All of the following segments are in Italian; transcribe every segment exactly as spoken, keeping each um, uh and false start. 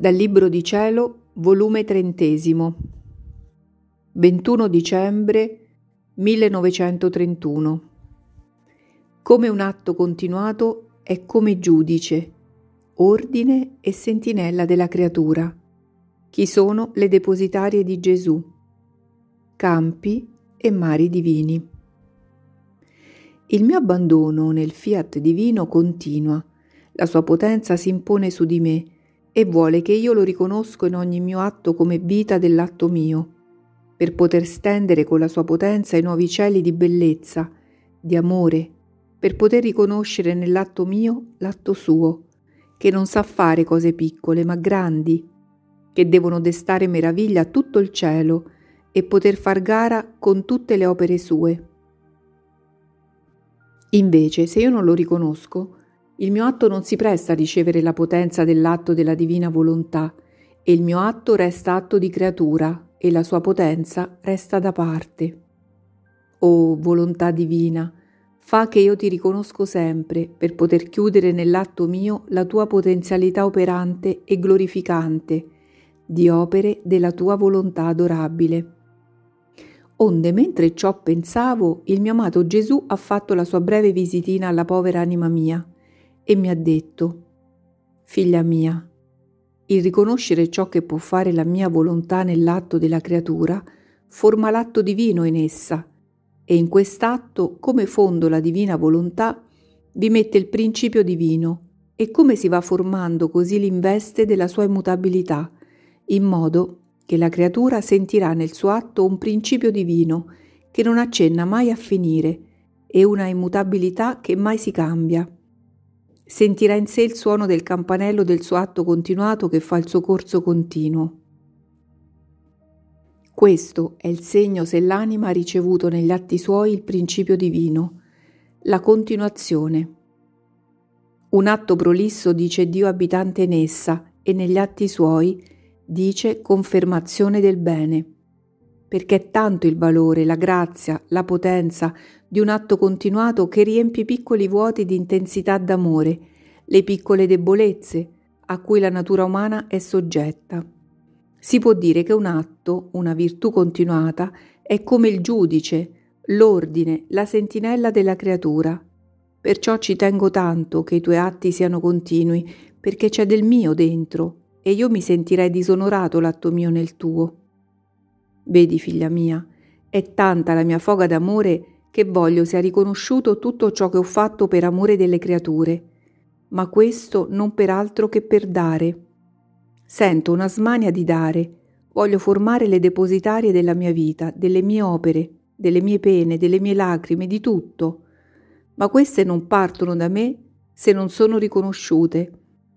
Dal Libro di Cielo, volume trentesimo, ventuno dicembre millenovecentotrentuno. Come un atto continuato è come giudice, ordine e sentinella della creatura. Chi sono le depositarie di Gesù? Campi e mari divini. Il mio abbandono nel fiat divino continua, la sua potenza si impone su di me e vuole che io lo riconosco in ogni mio atto come vita dell'atto mio, per poter stendere con la sua potenza i nuovi cieli di bellezza, di amore, per poter riconoscere nell'atto mio l'atto suo, che non sa fare cose piccole ma grandi, che devono destare meraviglia a tutto il cielo e poter far gara con tutte le opere sue. Invece, se io non lo riconosco, il mio atto non si presta a ricevere la potenza dell'atto della divina volontà e il mio atto resta atto di creatura e la sua potenza resta da parte. O volontà divina, fa che io ti riconosco sempre per poter chiudere nell'atto mio la tua potenzialità operante e glorificante di opere della tua volontà adorabile. Onde, mentre ciò pensavo, il mio amato Gesù ha fatto la sua breve visitina alla povera anima mia e mi ha detto: «Figlia mia, il riconoscere ciò che può fare la mia volontà nell'atto della creatura forma l'atto divino in essa, e in quest'atto, come fondo la divina volontà, vi mette il principio divino, e come si va formando così l'investe della sua immutabilità, in modo che la creatura sentirà nel suo atto un principio divino che non accenna mai a finire e una immutabilità che mai si cambia. Sentirà in sé il suono del campanello del suo atto continuato che fa il suo corso continuo. Questo è il segno se l'anima ha ricevuto negli atti suoi il principio divino, la continuazione. Un atto prolisso dice Dio abitante in essa e negli atti suoi dice confermazione del bene, perché è tanto il valore, la grazia, la potenza di un atto continuato che riempie i piccoli vuoti di intensità d'amore, le piccole debolezze a cui la natura umana è soggetta. Si può dire che un atto, una virtù continuata, è come il giudice, l'ordine, la sentinella della creatura. Perciò ci tengo tanto che i tuoi atti siano continui, perché c'è del mio dentro, e io mi sentirei disonorato l'atto mio nel tuo. Vedi, figlia mia, è tanta la mia foga d'amore che voglio sia riconosciuto tutto ciò che ho fatto per amore delle creature, ma questo non per altro che per dare. Sento una smania di dare, voglio formare le depositarie della mia vita, delle mie opere, delle mie pene, delle mie lacrime, di tutto, ma queste non partono da me se non sono riconosciute.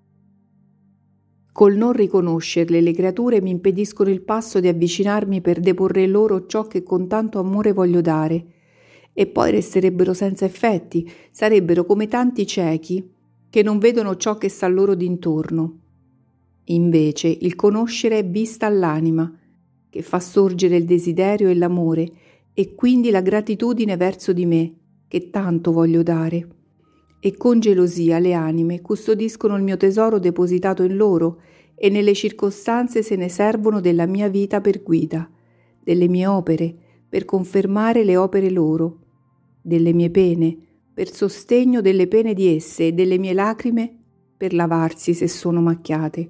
Col non riconoscerle le creature mi impediscono il passo di avvicinarmi per deporre loro ciò che con tanto amore voglio dare, e poi resterebbero senza effetti, sarebbero come tanti ciechi che non vedono ciò che sta loro d'intorno. Invece il conoscere è vista all'anima, che fa sorgere il desiderio e l'amore, e quindi la gratitudine verso di me, che tanto voglio dare. E con gelosia le anime custodiscono il mio tesoro depositato in loro e nelle circostanze se ne servono della mia vita per guida, delle mie opere per confermare le opere loro, delle mie pene per sostegno delle pene di esse e delle mie lacrime per lavarsi se sono macchiate.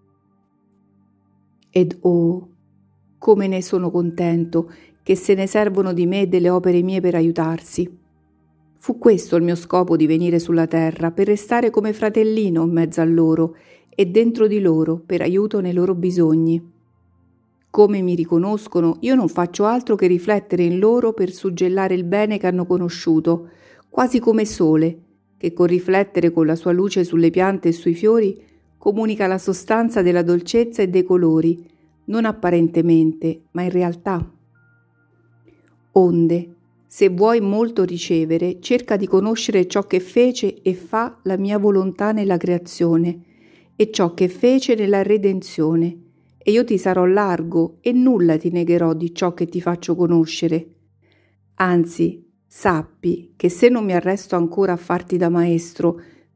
Ed oh, come ne sono contento che se ne servono di me e delle opere mie per aiutarsi. Fu questo il mio scopo di venire sulla terra, per restare come fratellino in mezzo a loro e dentro di loro per aiuto nei loro bisogni. Come mi riconoscono, io non faccio altro che riflettere in loro per suggellare il bene che hanno conosciuto, quasi come sole, che col riflettere con la sua luce sulle piante e sui fiori comunica la sostanza della dolcezza e dei colori, non apparentemente, ma in realtà. Onde, se vuoi molto ricevere, cerca di conoscere ciò che fece e fa la mia volontà nella creazione e ciò che fece nella redenzione, e io ti sarò largo e nulla ti negherò di ciò che ti faccio conoscere. Anzi, sappi che se non mi arresto ancora a farti da maestro,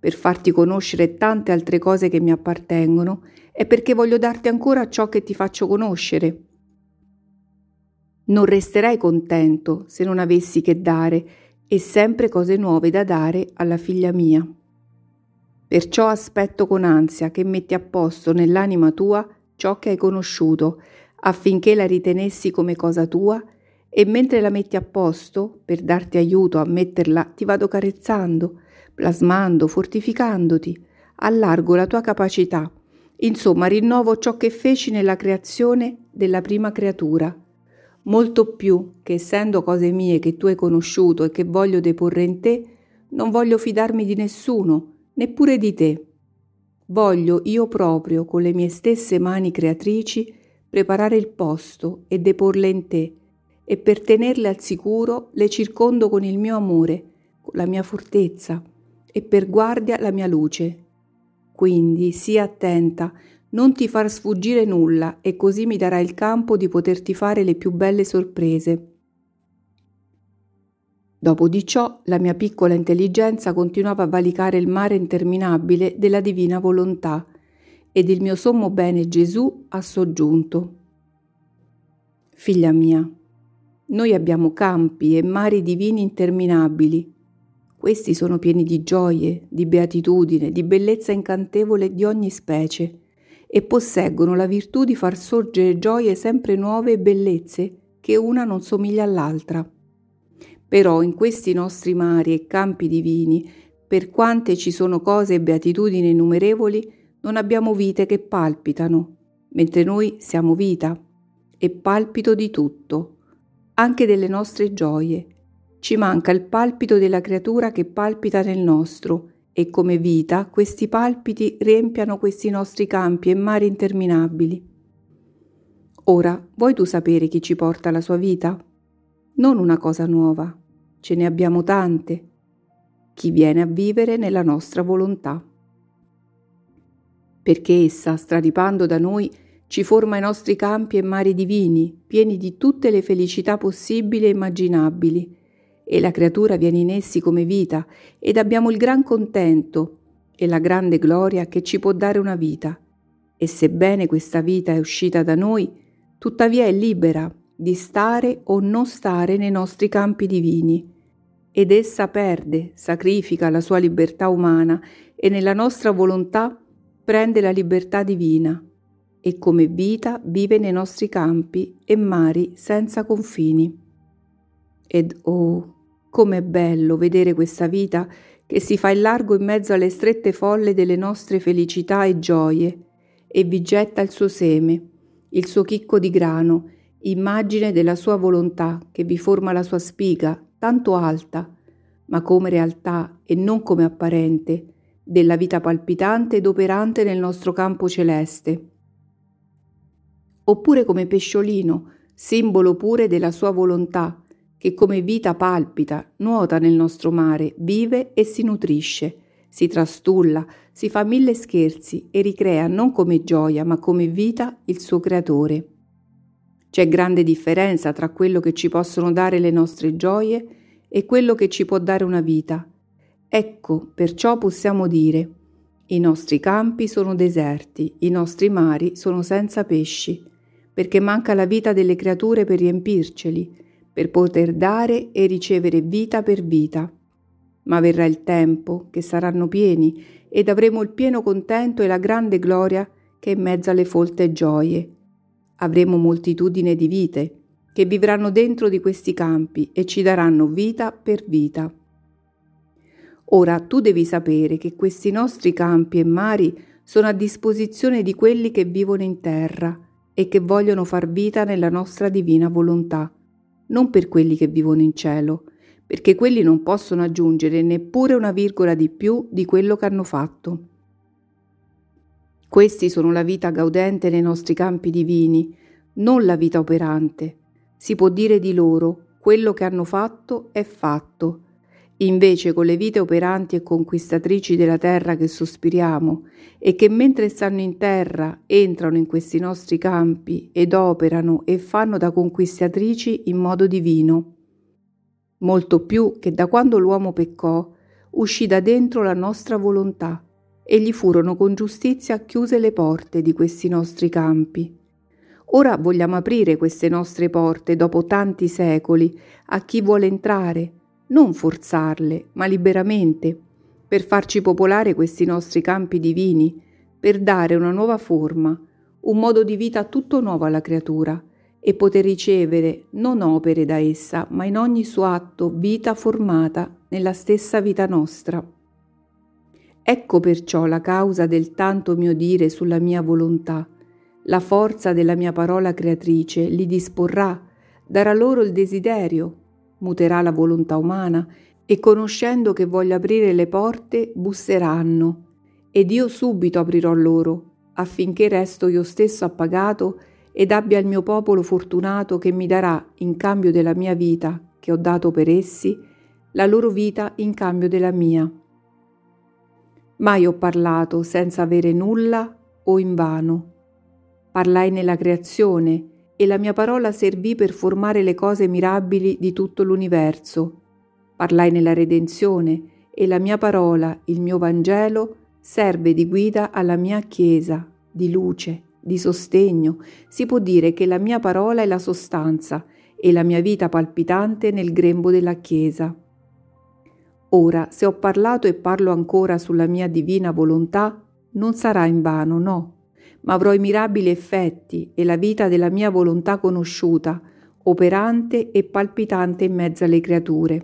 per farti conoscere tante altre cose che mi appartengono, è perché voglio darti ancora ciò che ti faccio conoscere. Non resterei contento se non avessi che dare e sempre cose nuove da dare alla figlia mia. Perciò aspetto con ansia che metti a posto nell'anima tua ciò che hai conosciuto, affinché la ritenessi come cosa tua, e mentre la metti a posto, per darti aiuto a metterla, ti vado carezzando, plasmando, fortificandoti, allargo la tua capacità, insomma rinnovo ciò che feci nella creazione della prima creatura, molto più che essendo cose mie che tu hai conosciuto e che voglio deporre in te, non voglio fidarmi di nessuno, neppure di te. Voglio io proprio, con le mie stesse mani creatrici, preparare il posto e deporle in te, e per tenerle al sicuro le circondo con il mio amore, con la mia fortezza, e per guardia la mia luce. Quindi sii attenta, non ti far sfuggire nulla, e così mi darai il campo di poterti fare le più belle sorprese. Dopo di ciò, la mia piccola intelligenza continuava a valicare il mare interminabile della divina volontà, ed il mio sommo bene Gesù ha soggiunto. Figlia mia, noi abbiamo campi e mari divini interminabili. Questi sono pieni di gioie, di beatitudine, di bellezza incantevole di ogni specie, e posseggono la virtù di far sorgere gioie sempre nuove e bellezze che una non somiglia all'altra. Però in questi nostri mari e campi divini, per quante ci sono cose e beatitudini innumerevoli, non abbiamo vite che palpitano, mentre noi siamo vita, e palpito di tutto, anche delle nostre gioie. Ci manca il palpito della creatura che palpita nel nostro, e come vita questi palpiti riempiano questi nostri campi e mari interminabili. Ora, vuoi tu sapere chi ci porta alla sua vita? Non una cosa nuova, ce ne abbiamo tante. Chi viene a vivere nella nostra volontà. Perché essa, straripando da noi, ci forma i nostri campi e mari divini, pieni di tutte le felicità possibili e immaginabili, e la creatura viene in essi come vita, ed abbiamo il gran contento e la grande gloria che ci può dare una vita. E sebbene questa vita è uscita da noi, tuttavia è libera di stare o non stare nei nostri campi divini, ed essa perde, sacrifica la sua libertà umana e nella nostra volontà prende la libertà divina, e come vita vive nei nostri campi e mari senza confini. Ed oh, com'è bello vedere questa vita che si fa in largo in mezzo alle strette folle delle nostre felicità e gioie, e vi getta il suo seme, il suo chicco di grano, immagine della sua volontà che vi forma la sua spiga, tanto alta, ma come realtà e non come apparente, della vita palpitante ed operante nel nostro campo celeste. Oppure come pesciolino, simbolo pure della sua volontà, che come vita palpita, nuota nel nostro mare, vive e si nutrisce, si trastulla, si fa mille scherzi e ricrea non come gioia ma come vita il suo creatore. C'è grande differenza tra quello che ci possono dare le nostre gioie e quello che ci può dare una vita. Ecco, perciò possiamo dire: i nostri campi sono deserti, i nostri mari sono senza pesci, perché manca la vita delle creature per riempirceli, per poter dare e ricevere vita per vita. Ma verrà il tempo che saranno pieni ed avremo il pieno contento e la grande gloria che è in mezzo alle folte gioie. Avremo moltitudine di vite che vivranno dentro di questi campi e ci daranno vita per vita. Ora tu devi sapere che questi nostri campi e mari sono a disposizione di quelli che vivono in terra e che vogliono far vita nella nostra divina volontà, non per quelli che vivono in cielo, perché quelli non possono aggiungere neppure una virgola di più di quello che hanno fatto. Questi sono la vita gaudente nei nostri campi divini, non la vita operante. Si può dire di loro: quello che hanno fatto è fatto. Invece con le vite operanti e conquistatrici della terra che sospiriamo e che mentre stanno in terra entrano in questi nostri campi ed operano e fanno da conquistatrici in modo divino. Molto più che da quando l'uomo peccò, uscì da dentro la nostra volontà e gli furono con giustizia chiuse le porte di questi nostri campi. Ora vogliamo aprire queste nostre porte dopo tanti secoli a chi vuole entrare, non forzarle, ma liberamente, per farci popolare questi nostri campi divini, per dare una nuova forma, un modo di vita tutto nuovo alla creatura e poter ricevere non opere da essa, ma in ogni suo atto vita formata nella stessa vita nostra. Ecco perciò la causa del tanto mio dire sulla mia volontà. La forza della mia parola creatrice li disporrà, darà loro il desiderio, muterà la volontà umana e conoscendo che voglio aprire le porte busseranno ed io subito aprirò loro affinché resto io stesso appagato ed abbia il mio popolo fortunato che mi darà in cambio della mia vita che ho dato per essi la loro vita in cambio della mia. Mai ho parlato senza avere nulla o invano. Parlai nella creazione e la mia parola servì per formare le cose mirabili di tutto l'universo. Parlai nella redenzione e la mia parola, il mio Vangelo, serve di guida alla mia Chiesa, di luce, di sostegno. Si può dire che la mia parola è la sostanza e la mia vita palpitante nel grembo della Chiesa. Ora, se ho parlato e parlo ancora sulla mia divina volontà, non sarà invano, no, ma avrò i mirabili effetti e la vita della mia volontà conosciuta, operante e palpitante in mezzo alle creature.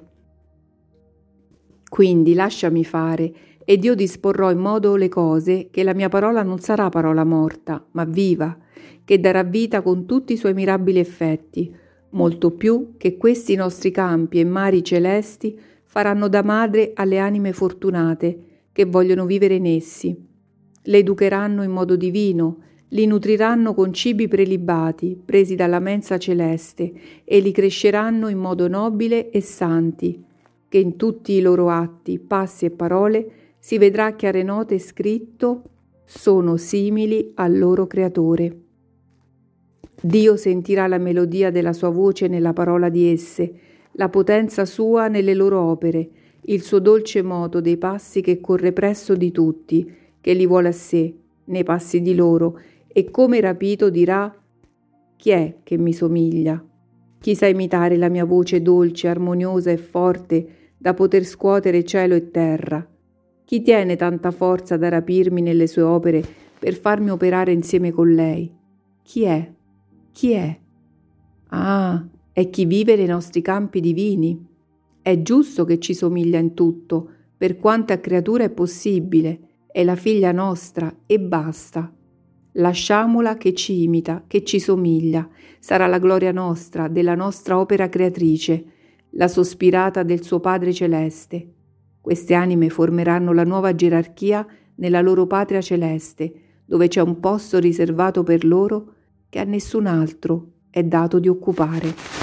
Quindi lasciami fare, ed io disporrò in modo le cose che la mia parola non sarà parola morta, ma viva, che darà vita con tutti i suoi mirabili effetti, molto più che questi nostri campi e mari celesti faranno da madre alle anime fortunate che vogliono vivere in essi. Le educheranno in modo divino, li nutriranno con cibi prelibati, presi dalla mensa celeste, e li cresceranno in modo nobile e santi, che in tutti i loro atti, passi e parole si vedrà a chiare note scritto sono simili al loro creatore. Dio sentirà la melodia della sua voce nella parola di esse, la potenza sua nelle loro opere, il suo dolce moto dei passi che corre presso di tutti, che li vuole a sé, nei passi di loro, e come rapito dirà: chi è che mi somiglia? Chi sa imitare la mia voce dolce, armoniosa e forte da poter scuotere cielo e terra? Chi tiene tanta forza da rapirmi nelle sue opere per farmi operare insieme con lei? Chi è? Chi è? Ah, è chi vive nei nostri campi divini. È giusto che ci somiglia in tutto, per quanta creatura è possibile, è la figlia nostra e basta. Lasciamola che ci imita, che ci somiglia, sarà la gloria nostra, della nostra opera creatrice, la sospirata del suo Padre Celeste. Queste anime formeranno la nuova gerarchia nella loro patria celeste, dove c'è un posto riservato per loro che a nessun altro è dato di occupare.